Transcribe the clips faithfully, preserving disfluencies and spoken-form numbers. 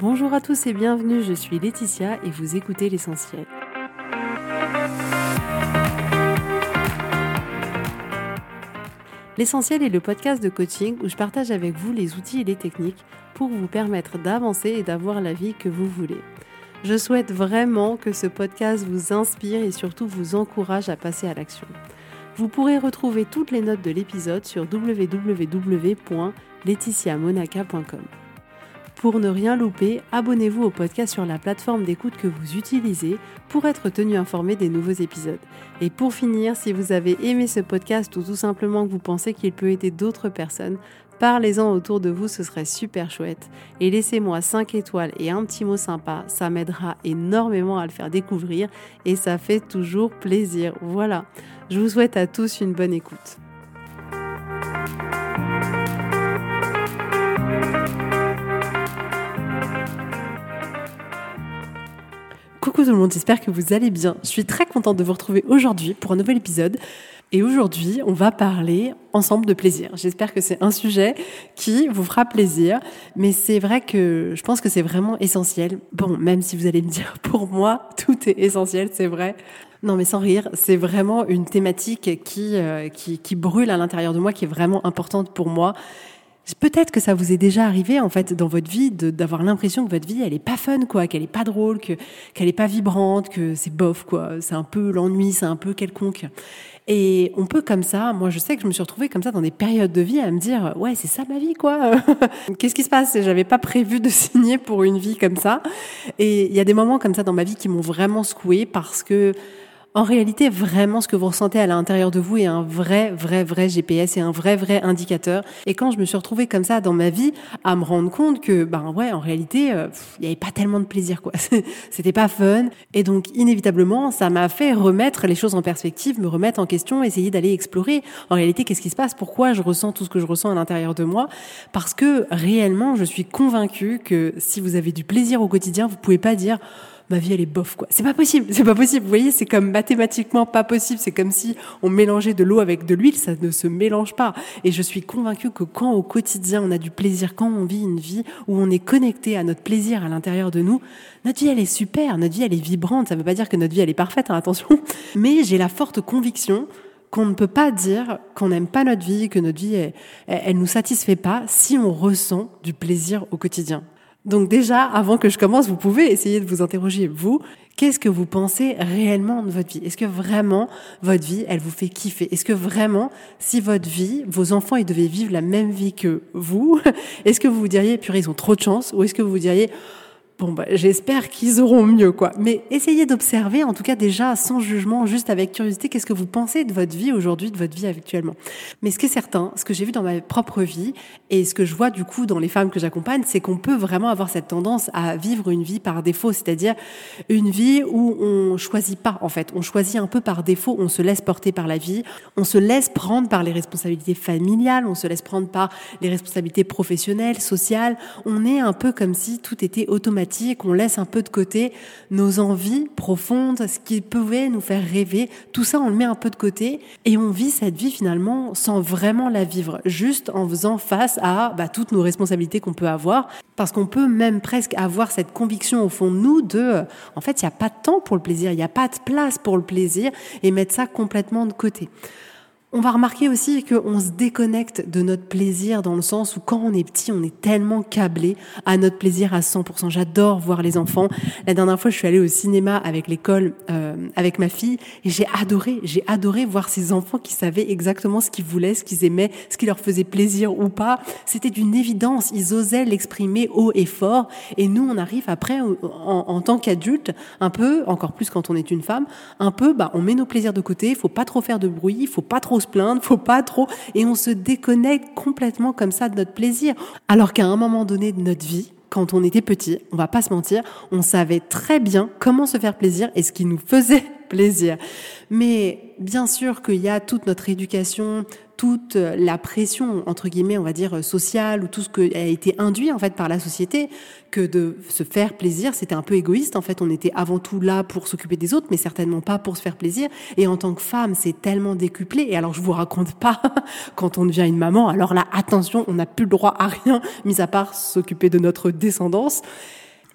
Bonjour à tous et bienvenue, je suis Laetitia et vous écoutez L'Essentiel. L'Essentiel est le podcast de coaching où je partage avec vous les outils et les techniques pour vous permettre d'avancer et d'avoir la vie que vous voulez. Je souhaite vraiment que ce podcast vous inspire et surtout vous encourage à passer à l'action. Vous pourrez retrouver toutes les notes de l'épisode sur w w w point laetitia monaca point com. Pour ne rien louper, abonnez-vous au podcast sur la plateforme d'écoute que vous utilisez pour être tenu informé des nouveaux épisodes. Et pour finir, si vous avez aimé ce podcast ou tout simplement que vous pensez qu'il peut aider d'autres personnes, parlez-en autour de vous, ce serait super chouette. Et laissez-moi cinq étoiles et un petit mot sympa, ça m'aidera énormément à le faire découvrir et ça fait toujours plaisir. Voilà, je vous souhaite à tous une bonne écoute. Coucou tout le monde, j'espère que vous allez bien. Je suis très contente de vous retrouver aujourd'hui pour un nouvel épisode. Et aujourd'hui, on va parler ensemble de plaisir. J'espère que c'est un sujet qui vous fera plaisir. Mais c'est vrai que je pense que c'est vraiment essentiel. Bon, même si vous allez me dire, pour moi, tout est essentiel, c'est vrai. Non, mais sans rire, c'est vraiment une thématique qui, euh, qui, qui brûle à l'intérieur de moi, qui est vraiment importante pour moi. Peut-être que ça vous est déjà arrivé en fait dans votre vie de, d'avoir l'impression que votre vie elle est pas fun quoi, qu'elle est pas drôle, que qu'elle est pas vibrante, que c'est bof quoi, c'est un peu l'ennui, c'est un peu quelconque. Et on peut comme ça, moi je sais que je me suis retrouvée comme ça dans des périodes de vie à me dire ouais c'est ça ma vie quoi. Qu'est-ce qui se passe ? J'avais pas prévu de signer pour une vie comme ça. Et il y a des moments comme ça dans ma vie qui m'ont vraiment secouée parce que en réalité, vraiment, ce que vous ressentez à l'intérieur de vous est un vrai, vrai, vrai G P S et un vrai, vrai indicateur. Et quand je me suis retrouvée comme ça dans ma vie, à me rendre compte que, ben ouais, en réalité, il euh, n'y avait pas tellement de plaisir, quoi. C'était pas fun. Et donc, inévitablement, ça m'a fait remettre les choses en perspective, me remettre en question, essayer d'aller explorer. En réalité, qu'est-ce qui se passe ? Pourquoi je ressens tout ce que je ressens à l'intérieur de moi ? Parce que, réellement, je suis convaincue que si vous avez du plaisir au quotidien, vous pouvez pas dire ma vie elle est bof quoi. C'est pas possible, c'est pas possible. Vous voyez, c'est comme mathématiquement pas possible. C'est comme si on mélangeait de l'eau avec de l'huile, ça ne se mélange pas. Et je suis convaincue que quand au quotidien on a du plaisir, quand on vit une vie où on est connecté à notre plaisir à l'intérieur de nous, notre vie elle est super, notre vie elle est vibrante. Ça veut pas dire que notre vie elle est parfaite, hein, attention. Mais j'ai la forte conviction qu'on ne peut pas dire qu'on n'aime pas notre vie, que notre vie elle, elle nous satisfait pas si on ressent du plaisir au quotidien. Donc déjà, avant que je commence, vous pouvez essayer de vous interroger, vous, qu'est-ce que vous pensez réellement de votre vie ? Est-ce que vraiment, votre vie, elle vous fait kiffer ? Est-ce que vraiment, si votre vie, vos enfants, ils devaient vivre la même vie que vous, est-ce que vous vous diriez, purée, ils ont trop de chance ? Ou est-ce que vous vous diriez, bon, bah, j'espère qu'ils auront mieux, quoi. Mais essayez d'observer, en tout cas déjà sans jugement, juste avec curiosité, qu'est-ce que vous pensez de votre vie aujourd'hui, de votre vie actuellement. Mais ce qui est certain, ce que j'ai vu dans ma propre vie et ce que je vois du coup dans les femmes que j'accompagne, c'est qu'on peut vraiment avoir cette tendance à vivre une vie par défaut, c'est-à-dire une vie où on choisit pas, en fait. On choisit un peu par défaut, on se laisse porter par la vie, on se laisse prendre par les responsabilités familiales, on se laisse prendre par les responsabilités professionnelles, sociales. On est un peu comme si tout était automatique, qu'on laisse un peu de côté nos envies profondes, ce qui pouvait nous faire rêver. Tout ça, on le met un peu de côté et on vit cette vie finalement sans vraiment la vivre, juste en faisant face à bah, toutes nos responsabilités qu'on peut avoir. Parce qu'on peut même presque avoir cette conviction au fond de nous de, euh, en fait, il n'y a pas de temps pour le plaisir, il n'y a pas de place pour le plaisir et mettre ça complètement de côté. On va remarquer aussi qu'on se déconnecte de notre plaisir dans le sens où quand on est petit, on est tellement câblé à notre plaisir à cent pour cent. J'adore voir les enfants. La dernière fois, je suis allée au cinéma avec l'école, euh, avec ma fille et j'ai adoré, j'ai adoré voir ces enfants qui savaient exactement ce qu'ils voulaient, ce qu'ils aimaient, ce qui leur faisait plaisir ou pas. C'était d'une évidence. Ils osaient l'exprimer haut et fort. Et nous, on arrive après, en, en tant qu'adultes, un peu, encore plus quand on est une femme, un peu, bah, on met nos plaisirs de côté. Il faut pas trop faire de bruit, il faut pas trop se plaindre, faut pas trop, et on se déconnecte complètement comme ça de notre plaisir. Alors qu'à un moment donné de notre vie, quand on était petit, on va pas se mentir, on savait très bien comment se faire plaisir et ce qui nous faisait plaisir. Mais bien sûr qu'il y a toute notre éducation, toute la pression, entre guillemets, on va dire, sociale, ou tout ce qui a été induit, en fait, par la société, que de se faire plaisir, c'était un peu égoïste. En fait, on était avant tout là pour s'occuper des autres, mais certainement pas pour se faire plaisir. Et en tant que femme, c'est tellement décuplé. Et alors, je vous raconte pas, quand on devient une maman, alors là, attention, on n'a plus le droit à rien, mis à part s'occuper de notre descendance.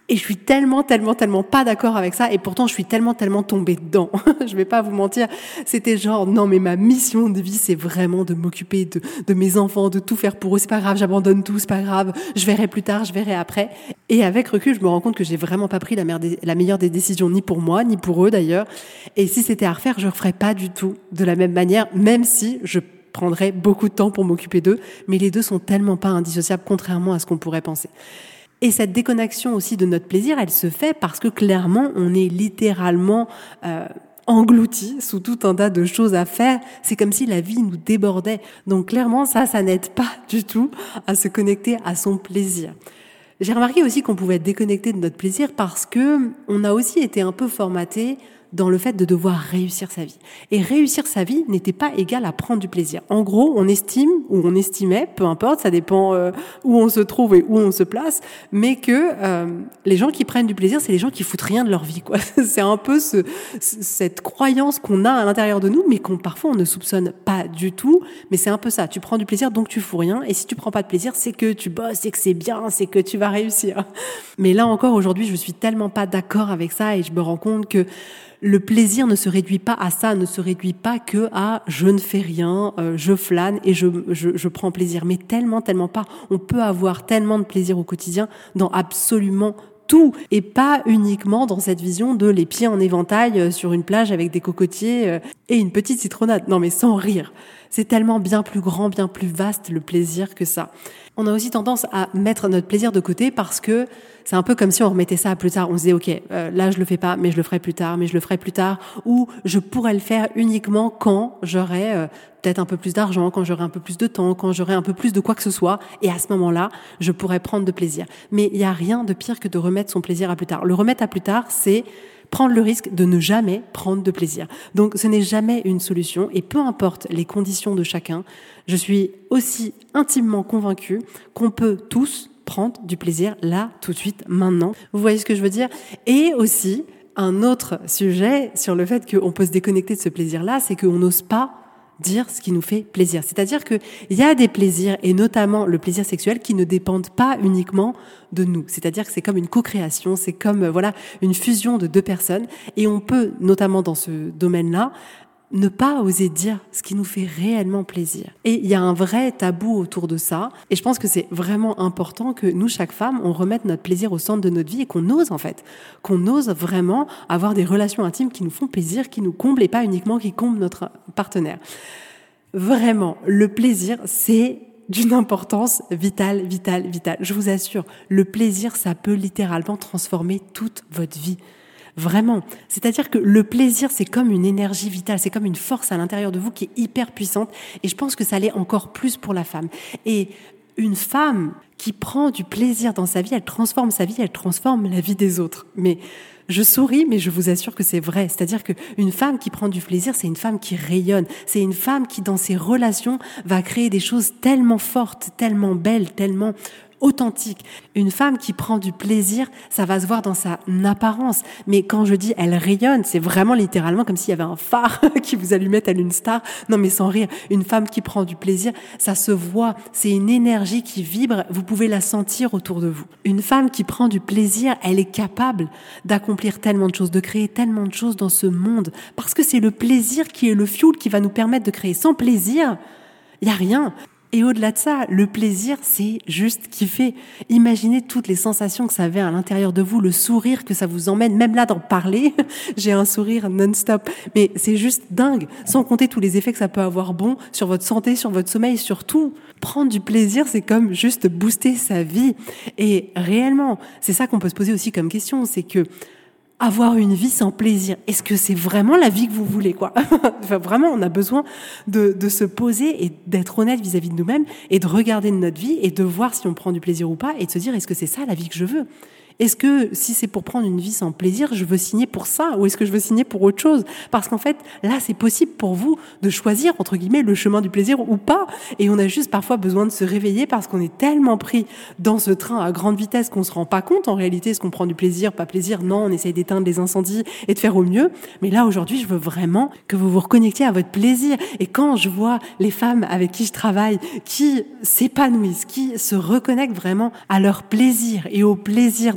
Et je suis tellement, tellement, tellement pas d'accord avec ça. Et pourtant, je suis tellement, tellement tombée dedans. Je vais pas vous mentir. C'était genre, non, mais ma mission de vie, c'est vraiment de m'occuper de, de mes enfants, de tout faire pour eux. C'est pas grave, j'abandonne tout, c'est pas grave. Je verrai plus tard, je verrai après. Et avec recul, je me rends compte que j'ai vraiment pas pris la, merde, la meilleure des décisions, ni pour moi, ni pour eux d'ailleurs. Et si c'était à refaire, je referais pas du tout de la même manière, même si je prendrais beaucoup de temps pour m'occuper d'eux. Mais les deux sont tellement pas indissociables, contrairement à ce qu'on pourrait penser. Et cette déconnexion aussi de notre plaisir, elle se fait parce que clairement, on est littéralement euh, englouti sous tout un tas de choses à faire. C'est comme si la vie nous débordait. Donc clairement, ça, ça n'aide pas du tout à se connecter à son plaisir. J'ai remarqué aussi qu'on pouvait être déconnecté de notre plaisir parce que on a aussi été un peu formaté dans le fait de devoir réussir sa vie. Et réussir sa vie n'était pas égal à prendre du plaisir. En gros, on estime, ou on estimait, peu importe, ça dépend euh, où on se trouve et où on se place, mais que euh, les gens qui prennent du plaisir, c'est les gens qui foutent rien de leur vie, quoi. C'est un peu ce, cette croyance qu'on a à l'intérieur de nous, mais qu'on parfois on ne soupçonne pas du tout. Mais c'est un peu ça. Tu prends du plaisir, donc tu fous rien. Et si tu prends pas de plaisir, c'est que tu bosses, c'est que c'est bien, c'est que tu vas réussir. Mais là encore, aujourd'hui, je suis tellement pas d'accord avec ça et je me rends compte que le plaisir ne se réduit pas à ça, ne se réduit pas que à je ne fais rien, euh, je flâne et je, je, je prends plaisir. Mais tellement, tellement pas. On peut avoir tellement de plaisir au quotidien dans absolument tout et pas uniquement dans cette vision de les pieds en éventail sur une plage avec des cocotiers et une petite citronnade. Non mais sans rire. C'est tellement bien plus grand, bien plus vaste le plaisir que ça. On a aussi tendance à mettre notre plaisir de côté parce que c'est un peu comme si on remettait ça à plus tard. On se disait, ok, euh, là je le fais pas, mais je le ferai plus tard, mais je le ferai plus tard. Ou je pourrais le faire uniquement quand j'aurai euh, peut-être un peu plus d'argent, quand j'aurai un peu plus de temps, quand j'aurai un peu plus de quoi que ce soit. Et à ce moment-là, je pourrais prendre de plaisir. Mais il y a rien de pire que de remettre son plaisir à plus tard. Le remettre à plus tard, c'est prendre le risque de ne jamais prendre de plaisir. Donc ce n'est jamais une solution et peu importe les conditions de chacun, je suis aussi intimement convaincue qu'on peut tous prendre du plaisir là, tout de suite, maintenant. Vous voyez ce que je veux dire ? Et aussi, un autre sujet sur le fait qu'on peut se déconnecter de ce plaisir-là, c'est qu'on n'ose pas dire ce qui nous fait plaisir. C'est-à-dire qu'il y a des plaisirs, et notamment le plaisir sexuel, qui ne dépendent pas uniquement de nous. C'est-à-dire que c'est comme une co-création, c'est comme voilà une fusion de deux personnes. Et on peut, notamment dans ce domaine-là, ne pas oser dire ce qui nous fait réellement plaisir. Et il y a un vrai tabou autour de ça. Et je pense que c'est vraiment important que nous, chaque femme, on remette notre plaisir au centre de notre vie et qu'on ose, en fait, qu'on ose vraiment avoir des relations intimes qui nous font plaisir, qui nous comblent et pas uniquement qui comblent notre partenaire. Vraiment, le plaisir, c'est d'une importance vitale, vitale, vitale. Je vous assure, le plaisir, ça peut littéralement transformer toute votre vie. Vraiment. C'est-à-dire que le plaisir, c'est comme une énergie vitale, c'est comme une force à l'intérieur de vous qui est hyper puissante. Et je pense que ça l'est encore plus pour la femme. Et une femme qui prend du plaisir dans sa vie, elle transforme sa vie, elle transforme la vie des autres. Mais je souris, mais je vous assure que c'est vrai. C'est-à-dire qu'une femme qui prend du plaisir, c'est une femme qui rayonne. C'est une femme qui, dans ses relations, va créer des choses tellement fortes, tellement belles, tellement authentique. Une femme qui prend du plaisir, ça va se voir dans sa apparence. Mais quand je dis elle rayonne, c'est vraiment littéralement comme s'il y avait un phare qui vous allumait telle une star. Non mais sans rire, une femme qui prend du plaisir, ça se voit. C'est une énergie qui vibre, vous pouvez la sentir autour de vous. Une femme qui prend du plaisir, elle est capable d'accomplir tellement de choses, de créer tellement de choses dans ce monde. Parce que c'est le plaisir qui est le fuel qui va nous permettre de créer. Sans plaisir, il n'y a rien. Et au-delà de ça, le plaisir, c'est juste kiffer. Imaginez toutes les sensations que ça avait à l'intérieur de vous, le sourire que ça vous emmène. Même là, d'en parler, j'ai un sourire non-stop. Mais c'est juste dingue, sans compter tous les effets que ça peut avoir bon sur votre santé, sur votre sommeil, sur tout. Prendre du plaisir, c'est comme juste booster sa vie. Et réellement, c'est ça qu'on peut se poser aussi comme question, c'est que avoir une vie sans plaisir, est-ce que c'est vraiment la vie que vous voulez, quoi? Enfin, vraiment, on a besoin de, de se poser et d'être honnête vis-à-vis de nous-mêmes et de regarder notre vie et de voir si on prend du plaisir ou pas et de se dire, est-ce que c'est ça la vie que je veux? Est-ce que si c'est pour prendre une vie sans plaisir, je veux signer pour ça ou est-ce que je veux signer pour autre chose? Parce qu'en fait, là, c'est possible pour vous de choisir, entre guillemets, le chemin du plaisir ou pas. Et on a juste parfois besoin de se réveiller parce qu'on est tellement pris dans ce train à grande vitesse qu'on se rend pas compte en réalité, est-ce qu'on prend du plaisir, pas plaisir? Non, on essaye d'éteindre les incendies et de faire au mieux. Mais là, aujourd'hui, je veux vraiment que vous vous reconnectiez à votre plaisir. Et quand je vois les femmes avec qui je travaille, qui s'épanouissent, qui se reconnectent vraiment à leur plaisir et au plaisir de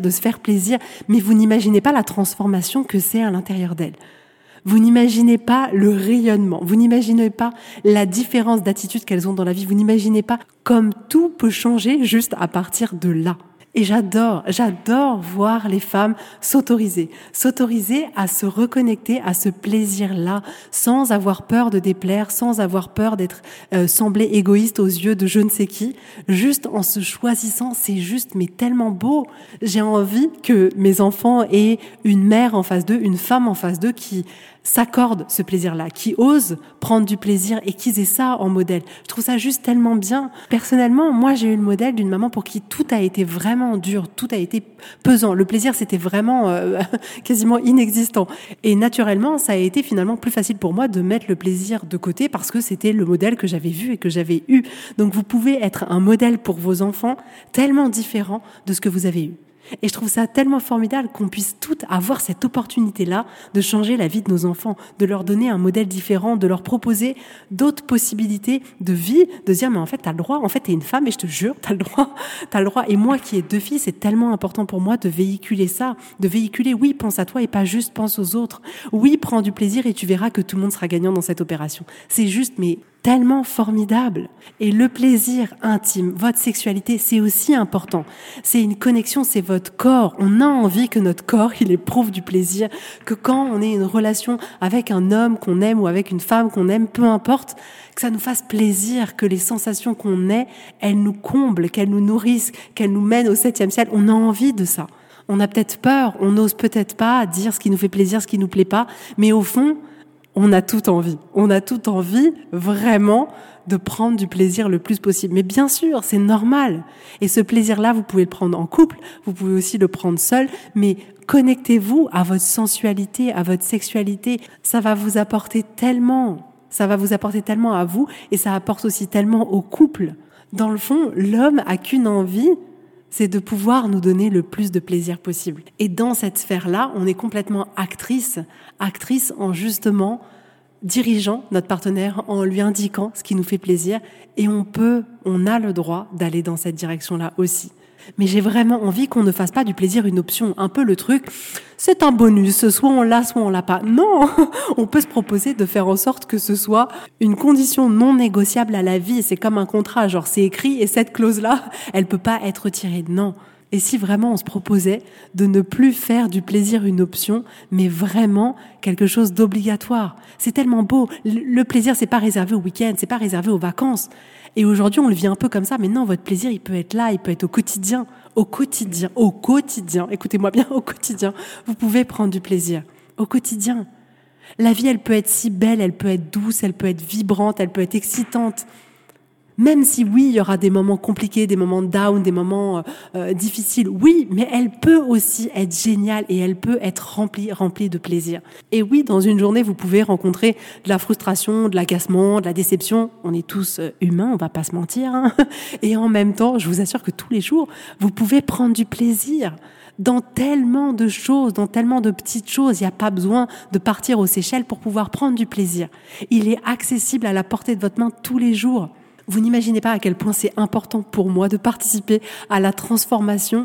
de se faire plaisir, mais vous n'imaginez pas la transformation que c'est à l'intérieur d'elle. Vous n'imaginez pas le rayonnement, vous n'imaginez pas la différence d'attitude qu'elles ont dans la vie, vous n'imaginez pas comme tout peut changer juste à partir de là. Et j'adore, j'adore voir les femmes s'autoriser, s'autoriser à se reconnecter à ce plaisir-là, sans avoir peur de déplaire, sans avoir peur d'être euh, semblé égoïste aux yeux de je ne sais qui, juste en se choisissant, c'est juste mais tellement beau. J'ai envie que mes enfants aient une mère en face d'eux, une femme en face d'eux qui s'accordent ce plaisir-là, qui osent prendre du plaisir et qu'ils aient ça en modèle. Je trouve ça juste tellement bien. Personnellement, moi, j'ai eu le modèle d'une maman pour qui tout a été vraiment dur, tout a été pesant. Le plaisir, c'était vraiment euh, quasiment inexistant. Et naturellement, ça a été finalement plus facile pour moi de mettre le plaisir de côté parce que c'était le modèle que j'avais vu et que j'avais eu. Donc, vous pouvez être un modèle pour vos enfants tellement différent de ce que vous avez eu. Et je trouve ça tellement formidable qu'on puisse toutes avoir cette opportunité-là de changer la vie de nos enfants, de leur donner un modèle différent, de leur proposer d'autres possibilités de vie, de dire mais en fait t'as le droit, en fait t'es une femme et je te jure t'as le droit, t'as le droit. Et moi qui ai deux filles, c'est tellement important pour moi de véhiculer ça, de véhiculer oui pense à toi et pas juste pense aux autres. Oui prends du plaisir et tu verras que tout le monde sera gagnant dans cette opération. C'est juste mais tellement formidable. Et le plaisir intime, votre sexualité, c'est aussi important. C'est une connexion, c'est votre corps. On a envie que notre corps, il éprouve du plaisir, que quand on ait une relation avec un homme qu'on aime ou avec une femme qu'on aime, peu importe, que ça nous fasse plaisir, que les sensations qu'on ait, elles nous comblent, qu'elles nous nourrissent, qu'elles nous mènent au septième ciel. On a envie de ça. On a peut-être peur, on n'ose peut-être pas dire ce qui nous fait plaisir, ce qui nous plaît pas, mais au fond, on a toute envie. On a toute envie, vraiment, de prendre du plaisir le plus possible. Mais bien sûr, c'est normal. Et ce plaisir-là, vous pouvez le prendre en couple, vous pouvez aussi le prendre seul, mais connectez-vous à votre sensualité, à votre sexualité. Ça va vous apporter tellement, ça va vous apporter tellement à vous, et ça apporte aussi tellement au couple. Dans le fond, l'homme a qu'une envie, c'est de pouvoir nous donner le plus de plaisir possible. Et dans cette sphère-là, on est complètement actrice, actrice en justement dirigeant notre partenaire, en lui indiquant ce qui nous fait plaisir. Et on peut, on a le droit d'aller dans cette direction-là aussi. Mais j'ai vraiment envie qu'on ne fasse pas du plaisir une option. Un peu le truc, c'est un bonus, soit on l'a, soit on l'a pas. Non, on peut se proposer de faire en sorte que ce soit une condition non négociable à la vie. C'est comme un contrat, genre c'est écrit et cette clause-là, elle peut pas être retirée. Non. Et si vraiment on se proposait de ne plus faire du plaisir une option, mais vraiment quelque chose d'obligatoire. C'est tellement beau. Le plaisir, c'est pas réservé au week-end, c'est pas réservé aux vacances. Et aujourd'hui, on le vit un peu comme ça. Mais non, votre plaisir, il peut être là, il peut être au quotidien. Au quotidien, au quotidien. Écoutez-moi bien, au quotidien. Vous pouvez prendre du plaisir. Au quotidien. La vie, elle peut être si belle, elle peut être douce, elle peut être vibrante, elle peut être excitante. Même si oui, il y aura des moments compliqués, des moments down, des moments euh, difficiles, oui, mais elle peut aussi être géniale et elle peut être remplie, remplie de plaisir. Et oui, dans une journée, vous pouvez rencontrer de la frustration, de l'agacement, de la déception. On est tous humains, on va pas se mentir. Hein. Et en même temps, je vous assure que tous les jours, vous pouvez prendre du plaisir dans tellement de choses, dans tellement de petites choses. Il n'y a pas besoin de partir aux Seychelles pour pouvoir prendre du plaisir. Il est accessible à la portée de votre main tous les jours. Vous n'imaginez pas à quel point c'est important pour moi de participer à la transformation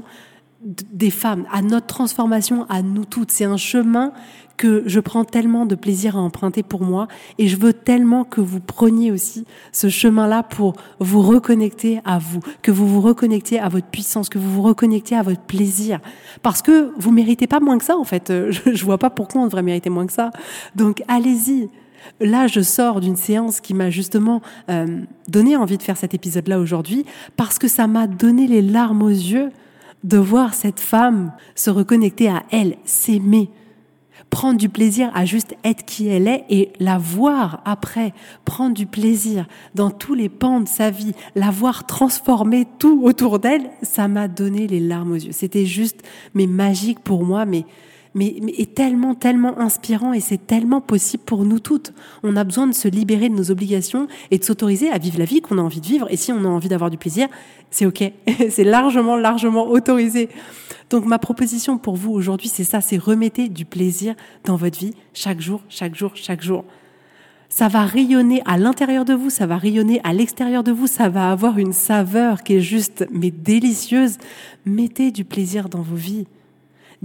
des femmes, à notre transformation à nous toutes. C'est un chemin que je prends tellement de plaisir à emprunter pour moi et je veux tellement que vous preniez aussi ce chemin-là pour vous reconnecter à vous, que vous vous reconnectiez à votre puissance, que vous vous reconnectiez à votre plaisir. Parce que vous méritez pas moins que ça, en fait. Je, je vois pas pourquoi on devrait mériter moins que ça. Donc, allez-y. Là, je sors d'une séance qui m'a justement euh, donné envie de faire cet épisode-là aujourd'hui parce que ça m'a donné les larmes aux yeux de voir cette femme se reconnecter à elle, s'aimer, prendre du plaisir à juste être qui elle est et la voir après, prendre du plaisir dans tous les pans de sa vie, la voir transformer tout autour d'elle, ça m'a donné les larmes aux yeux. C'était juste, mais magique pour moi, mais Mais, mais est tellement, tellement inspirant et c'est tellement possible pour nous toutes. On a besoin de se libérer de nos obligations et de s'autoriser à vivre la vie qu'on a envie de vivre. Et si on a envie d'avoir du plaisir, c'est OK. C'est largement, largement autorisé. Donc ma proposition pour vous aujourd'hui, c'est ça, c'est remettez du plaisir dans votre vie chaque jour, chaque jour, chaque jour. Ça va rayonner à l'intérieur de vous, ça va rayonner à l'extérieur de vous, ça va avoir une saveur qui est juste, mais délicieuse. Mettez du plaisir dans vos vies.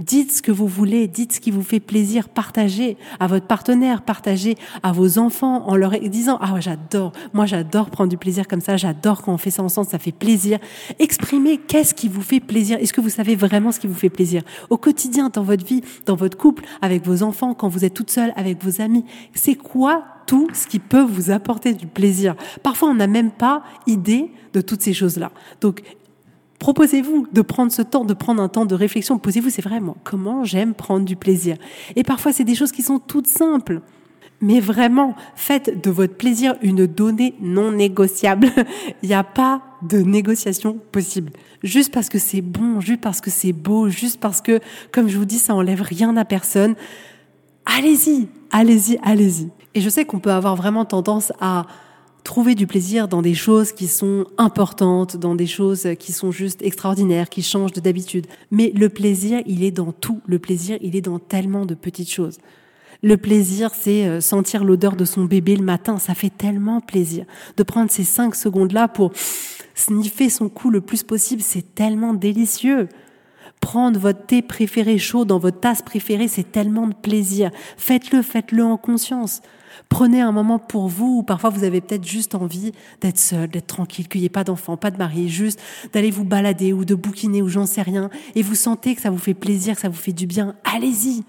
Dites ce que vous voulez, dites ce qui vous fait plaisir, partagez à votre partenaire, partagez à vos enfants en leur disant « Ah ouais, j'adore, moi j'adore prendre du plaisir comme ça, j'adore quand on fait ça ensemble, ça fait plaisir. » Exprimez qu'est-ce qui vous fait plaisir. Est-ce que vous savez vraiment ce qui vous fait plaisir au quotidien, dans votre vie, dans votre couple, avec vos enfants, quand vous êtes toute seule, avec vos amis? C'est quoi tout ce qui peut vous apporter du plaisir? Parfois, on n'a même pas idée de toutes ces choses-là. Donc, proposez-vous de prendre ce temps, de prendre un temps de réflexion. Posez-vous, c'est vrai, moi, comment j'aime prendre du plaisir? Et parfois, c'est des choses qui sont toutes simples. Mais vraiment, faites de votre plaisir une donnée non négociable. Il n'y a pas de négociation possible. Juste parce que c'est bon, juste parce que c'est beau, juste parce que, comme je vous dis, ça enlève rien à personne. Allez-y, allez-y, allez-y. Et je sais qu'on peut avoir vraiment tendance à trouver du plaisir dans des choses qui sont importantes, dans des choses qui sont juste extraordinaires, qui changent de d'habitude. Mais le plaisir, il est dans tout. Le plaisir, il est dans tellement de petites choses. Le plaisir, c'est sentir l'odeur de son bébé le matin. Ça fait tellement plaisir. De prendre ces cinq secondes-là pour sniffer son cou le plus possible, c'est tellement délicieux. Prendre votre thé préféré chaud dans votre tasse préférée, c'est tellement de plaisir. Faites-le, faites-le en conscience. Prenez un moment pour vous, ou parfois vous avez peut-être juste envie d'être seul, d'être tranquille, qu'il n'y ait pas d'enfant, pas de mari, juste d'aller vous balader ou de bouquiner ou j'en sais rien, et vous sentez que ça vous fait plaisir, que ça vous fait du bien. Allez-y.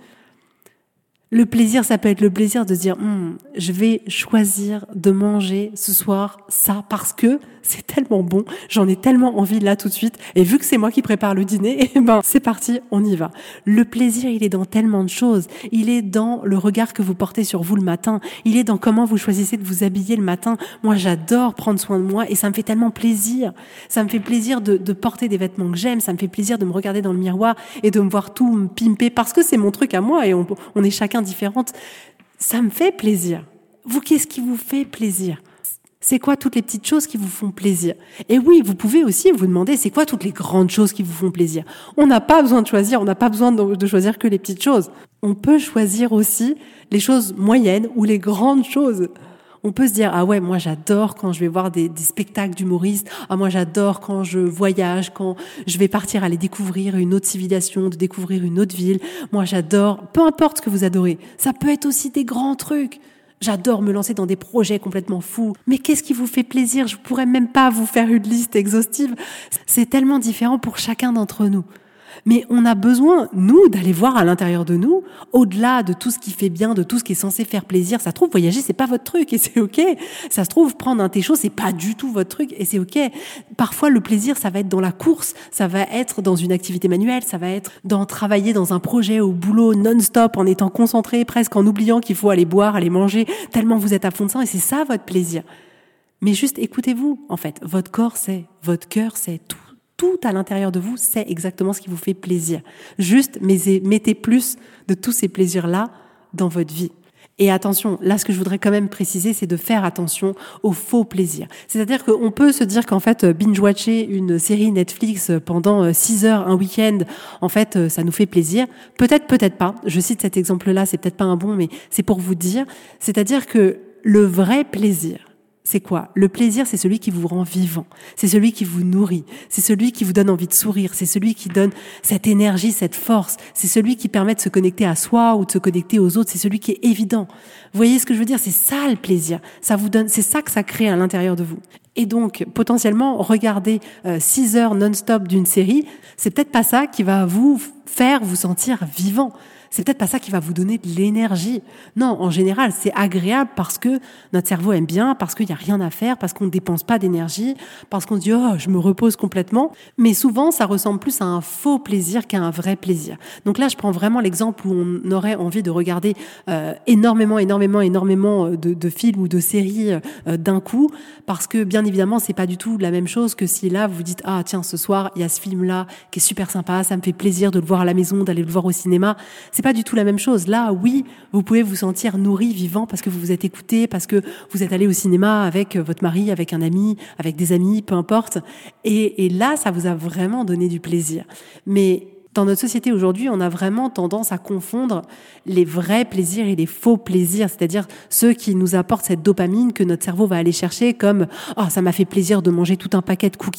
Le plaisir, ça peut être le plaisir de dire hm, je vais choisir de manger ce soir ça parce que c'est tellement bon, j'en ai tellement envie là tout de suite, et vu que c'est moi qui prépare le dîner, eh ben c'est parti, on y va. Le plaisir, il est dans tellement de choses. Il est dans le regard que vous portez sur vous le matin, il est dans comment vous choisissez de vous habiller le matin. Moi, j'adore prendre soin de moi et ça me fait tellement plaisir. Ça me fait plaisir de, de porter des vêtements que j'aime, ça me fait plaisir de me regarder dans le miroir et de me voir tout me pimper parce que c'est mon truc à moi et on, on est chacun différente. Ça me fait plaisir. Vous, qu'est-ce qui vous fait plaisir ? C'est quoi toutes les petites choses qui vous font plaisir? Et oui, vous pouvez aussi vous demander, c'est quoi toutes les grandes choses qui vous font plaisir? On n'a pas besoin de choisir, on n'a pas besoin de, de choisir que les petites choses. On peut choisir aussi les choses moyennes ou les grandes choses. On peut se dire, ah ouais, moi j'adore quand je vais voir des, des spectacles d'humoristes, ah moi j'adore quand je voyage, quand je vais partir aller découvrir une autre civilisation, de découvrir une autre ville. Moi j'adore, peu importe ce que vous adorez. Ça peut être aussi des grands trucs. J'adore me lancer dans des projets complètement fous. Mais qu'est-ce qui vous fait plaisir? Je pourrais même pas vous faire une liste exhaustive. C'est tellement différent pour chacun d'entre nous. Mais on a besoin, nous, d'aller voir à l'intérieur de nous, au-delà de tout ce qui fait bien, de tout ce qui est censé faire plaisir. Ça se trouve, voyager, c'est pas votre truc et c'est ok. Ça se trouve, prendre un thé chaud, c'est pas du tout votre truc et c'est ok. Parfois, le plaisir, ça va être dans la course, ça va être dans une activité manuelle, ça va être dans travailler dans un projet au boulot non-stop, en étant concentré, presque en oubliant qu'il faut aller boire, aller manger, tellement vous êtes à fond de sang et c'est ça votre plaisir. Mais juste écoutez-vous, en fait. Votre corps sait, votre cœur sait, tout. Tout à l'intérieur de vous sait exactement ce qui vous fait plaisir. Juste, mettez plus de tous ces plaisirs-là dans votre vie. Et attention, là, ce que je voudrais quand même préciser, c'est de faire attention aux faux plaisirs. C'est-à-dire qu'on peut se dire qu'en fait, binge-watcher une série Netflix pendant six heures un week-end, en fait, ça nous fait plaisir. Peut-être, peut-être pas. Je cite cet exemple-là, c'est peut-être pas un bon, mais c'est pour vous dire. C'est-à-dire que le vrai plaisir, c'est quoi? Le plaisir, c'est celui qui vous rend vivant. C'est celui qui vous nourrit. C'est celui qui vous donne envie de sourire. C'est celui qui donne cette énergie, cette force. C'est celui qui permet de se connecter à soi ou de se connecter aux autres. C'est celui qui est évident. Vous voyez ce que je veux dire? C'est ça le plaisir. Ça vous donne, c'est ça que ça crée à l'intérieur de vous. Et donc, potentiellement, regarder euh, six heures non-stop d'une série, c'est peut-être pas ça qui va vous faire vous sentir vivant. C'est peut-être pas ça qui va vous donner de l'énergie. Non, en général, c'est agréable parce que notre cerveau aime bien, parce qu'il n'y a rien à faire, parce qu'on ne dépense pas d'énergie, parce qu'on se dit « oh, je me repose complètement ». Mais souvent, ça ressemble plus à un faux plaisir qu'à un vrai plaisir. Donc là, je prends vraiment l'exemple où on aurait envie de regarder euh, énormément, énormément, énormément de, de films ou de séries euh, d'un coup, parce que bien évidemment, c'est pas du tout la même chose que si là, vous vous dites « ah tiens, ce soir, il y a ce film-là qui est super sympa, ça me fait plaisir de le voir à la maison, d'aller le voir au cinéma ». C'est pas du tout la même chose. Là, oui, vous pouvez vous sentir nourri, vivant, parce que vous vous êtes écouté, parce que vous êtes allé au cinéma avec votre mari, avec un ami, avec des amis, peu importe. Et, et là, ça vous a vraiment donné du plaisir. Mais dans notre société aujourd'hui, on a vraiment tendance à confondre les vrais plaisirs et les faux plaisirs, c'est-à-dire ceux qui nous apportent cette dopamine que notre cerveau va aller chercher comme « oh, ça m'a fait plaisir de manger tout un paquet de cookies ».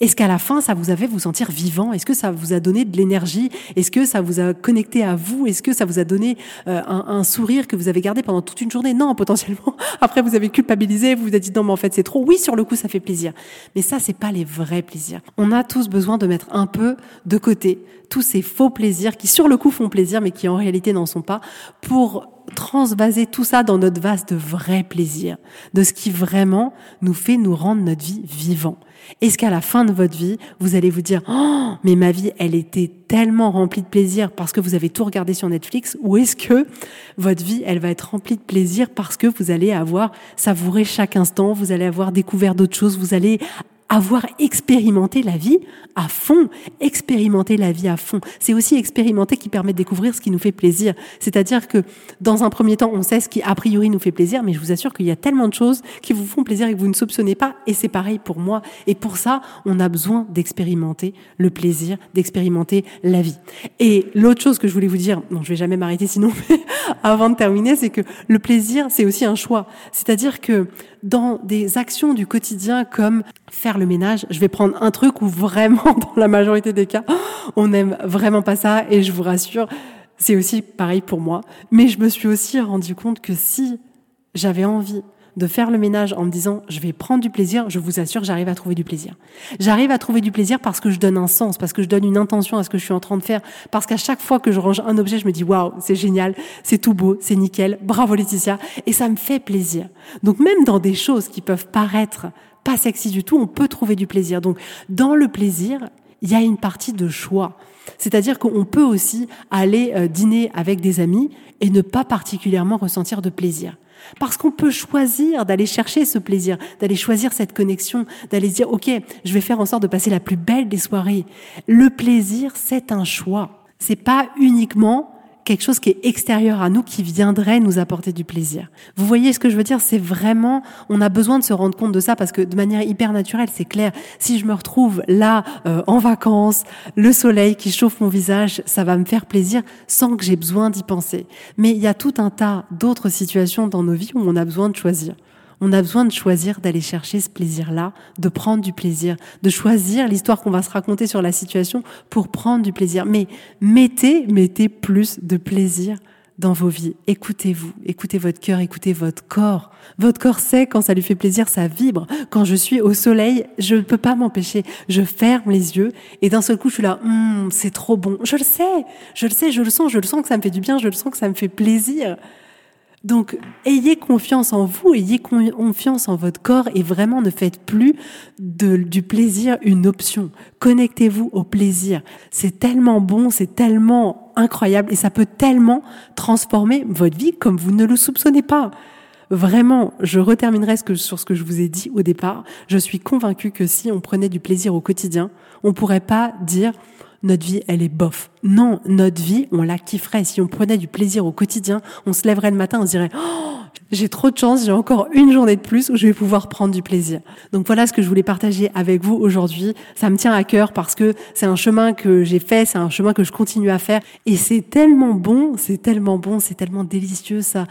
Est-ce qu'à la fin, ça vous a fait vous sentir vivant? Est-ce que ça vous a donné de l'énergie? Est-ce que ça vous a connecté à vous? Est-ce que ça vous a donné euh, un, un sourire que vous avez gardé pendant toute une journée? Non, potentiellement. Après, vous avez culpabilisé, vous vous êtes dit non, mais en fait, c'est trop. Oui, sur le coup, ça fait plaisir. Mais ça, c'est pas les vrais plaisirs. On a tous besoin de mettre un peu de côté tous ces faux plaisirs qui, sur le coup, font plaisir, mais qui en réalité n'en sont pas, pour transvaser tout ça dans notre vase de vrais plaisirs, de ce qui vraiment nous fait nous rendre notre vie vivant. Est-ce qu'à la fin de votre vie, vous allez vous dire « Oh, mais ma vie, elle était tellement remplie de plaisir parce que vous avez tout regardé sur Netflix » ou est-ce que votre vie, elle va être remplie de plaisir parce que vous allez avoir savouré chaque instant, vous allez avoir découvert d'autres choses, vous allez avoir expérimenté la vie à fond, expérimenter la vie à fond. C'est aussi expérimenter qui permet de découvrir ce qui nous fait plaisir. C'est-à-dire que dans un premier temps, on sait ce qui a priori nous fait plaisir, mais je vous assure qu'il y a tellement de choses qui vous font plaisir et que vous ne soupçonnez pas, et c'est pareil pour moi. Et pour ça, on a besoin d'expérimenter le plaisir, d'expérimenter la vie. Et l'autre chose que je voulais vous dire, non, je vais jamais m'arrêter sinon, avant de terminer, c'est que le plaisir, c'est aussi un choix. C'est-à-dire que dans des actions du quotidien comme faire le ménage, je vais prendre un truc où vraiment, dans la majorité des cas, on n'aime vraiment pas ça, et je vous rassure, c'est aussi pareil pour moi. Mais je me suis aussi rendu compte que si j'avais envie de faire le ménage en me disant je vais prendre du plaisir, je vous assure, j'arrive à trouver du plaisir. J'arrive à trouver du plaisir parce que je donne un sens, parce que je donne une intention à ce que je suis en train de faire, parce qu'à chaque fois que je range un objet, je me dis waouh, c'est génial, c'est tout beau, c'est nickel, bravo Laetitia, et ça me fait plaisir. Donc même dans des choses qui peuvent paraître pas sexy du tout, on peut trouver du plaisir. Donc dans le plaisir, il y a une partie de choix. C'est-à-dire qu'on peut aussi aller euh, dîner avec des amis et ne pas particulièrement ressentir de plaisir. Parce qu'on peut choisir d'aller chercher ce plaisir, d'aller choisir cette connexion, d'aller se dire « Ok, je vais faire en sorte de passer la plus belle des soirées ». Le plaisir, c'est un choix. C'est pas uniquement quelque chose qui est extérieur à nous, qui viendrait nous apporter du plaisir. Vous voyez ce que je veux dire? C'est vraiment, on a besoin de se rendre compte de ça parce que de manière hyper naturelle, c'est clair. Si je me retrouve là, euh, en vacances, le soleil qui chauffe mon visage, ça va me faire plaisir sans que j'ai besoin d'y penser. Mais il y a tout un tas d'autres situations dans nos vies où on a besoin de choisir. On a besoin de choisir d'aller chercher ce plaisir-là, de prendre du plaisir, de choisir l'histoire qu'on va se raconter sur la situation pour prendre du plaisir. Mais mettez, mettez plus de plaisir dans vos vies. Écoutez-vous, écoutez votre cœur, écoutez votre corps. Votre corps sait quand ça lui fait plaisir, ça vibre. Quand je suis au soleil, je ne peux pas m'empêcher. Je ferme les yeux et d'un seul coup, je suis là, hum, c'est trop bon. Je le sais, je le sais, je le sens, je le sens que ça me fait du bien, je le sens que ça me fait plaisir. Donc, ayez confiance en vous, ayez confiance en votre corps et vraiment ne faites plus de, du plaisir une option. Connectez-vous au plaisir. C'est tellement bon, c'est tellement incroyable et ça peut tellement transformer votre vie comme vous ne le soupçonnez pas. Vraiment, je reterminerai ce que, sur ce que je vous ai dit au départ. Je suis convaincue que si on prenait du plaisir au quotidien, on pourrait pas dire notre vie, elle est bof. Non, notre vie, on la kifferait. Si on prenait du plaisir au quotidien, on se lèverait le matin, on se dirait oh, j'ai trop de chance, j'ai encore une journée de plus où je vais pouvoir prendre du plaisir. Donc voilà ce que je voulais partager avec vous aujourd'hui. Ça me tient à cœur parce que c'est un chemin que j'ai fait, c'est un chemin que je continue à faire et c'est tellement bon, c'est tellement bon, c'est tellement délicieux, ça,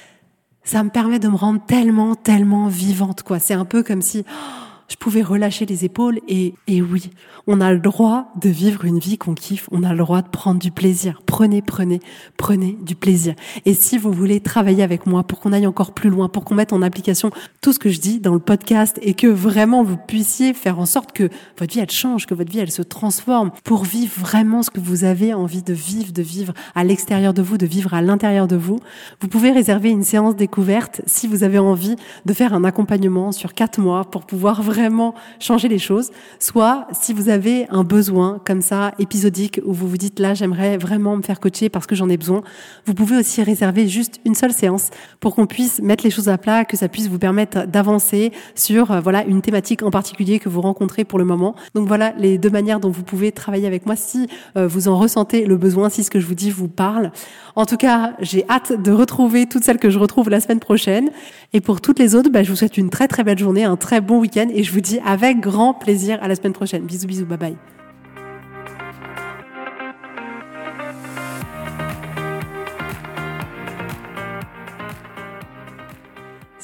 ça me permet de me rendre tellement, tellement vivante, quoi. C'est un peu comme si oh, je pouvais relâcher les épaules et, et oui, on a le droit de vivre une vie qu'on kiffe, on a le droit de prendre du plaisir. Prenez, prenez, prenez du plaisir. Et si vous voulez travailler avec moi pour qu'on aille encore plus loin, pour qu'on mette en application tout ce que je dis dans le podcast et que vraiment vous puissiez faire en sorte que votre vie elle change, que votre vie elle se transforme pour vivre vraiment ce que vous avez envie de vivre, de vivre à l'extérieur de vous, de vivre à l'intérieur de vous, vous pouvez réserver une séance découverte si vous avez envie de faire un accompagnement sur quatre mois pour pouvoir vraiment vraiment changer les choses, soit si vous avez un besoin comme ça, épisodique, où vous vous dites là, j'aimerais vraiment me faire coacher parce que j'en ai besoin, vous pouvez aussi réserver juste une seule séance pour qu'on puisse mettre les choses à plat, que ça puisse vous permettre d'avancer sur euh, voilà une thématique en particulier que vous rencontrez pour le moment. Donc voilà les deux manières dont vous pouvez travailler avec moi si euh, vous en ressentez le besoin, si ce que je vous dis vous parle. En tout cas, j'ai hâte de retrouver toutes celles que je retrouve la semaine prochaine. Et pour toutes les autres, bah, je vous souhaite une très très belle journée, un très bon week-end et je vous dis avec grand plaisir à la semaine prochaine. Bisous, bisous, bye bye.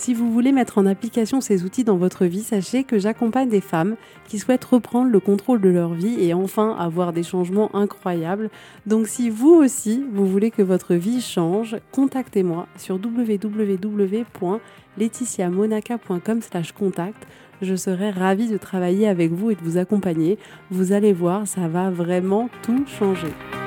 Si vous voulez mettre en application ces outils dans votre vie, sachez que j'accompagne des femmes qui souhaitent reprendre le contrôle de leur vie et enfin avoir des changements incroyables. Donc si vous aussi, vous voulez que votre vie change, contactez-moi sur w w w point laetitia monaca point com slash contact. Je serai ravie de travailler avec vous et de vous accompagner. Vous allez voir, ça va vraiment tout changer.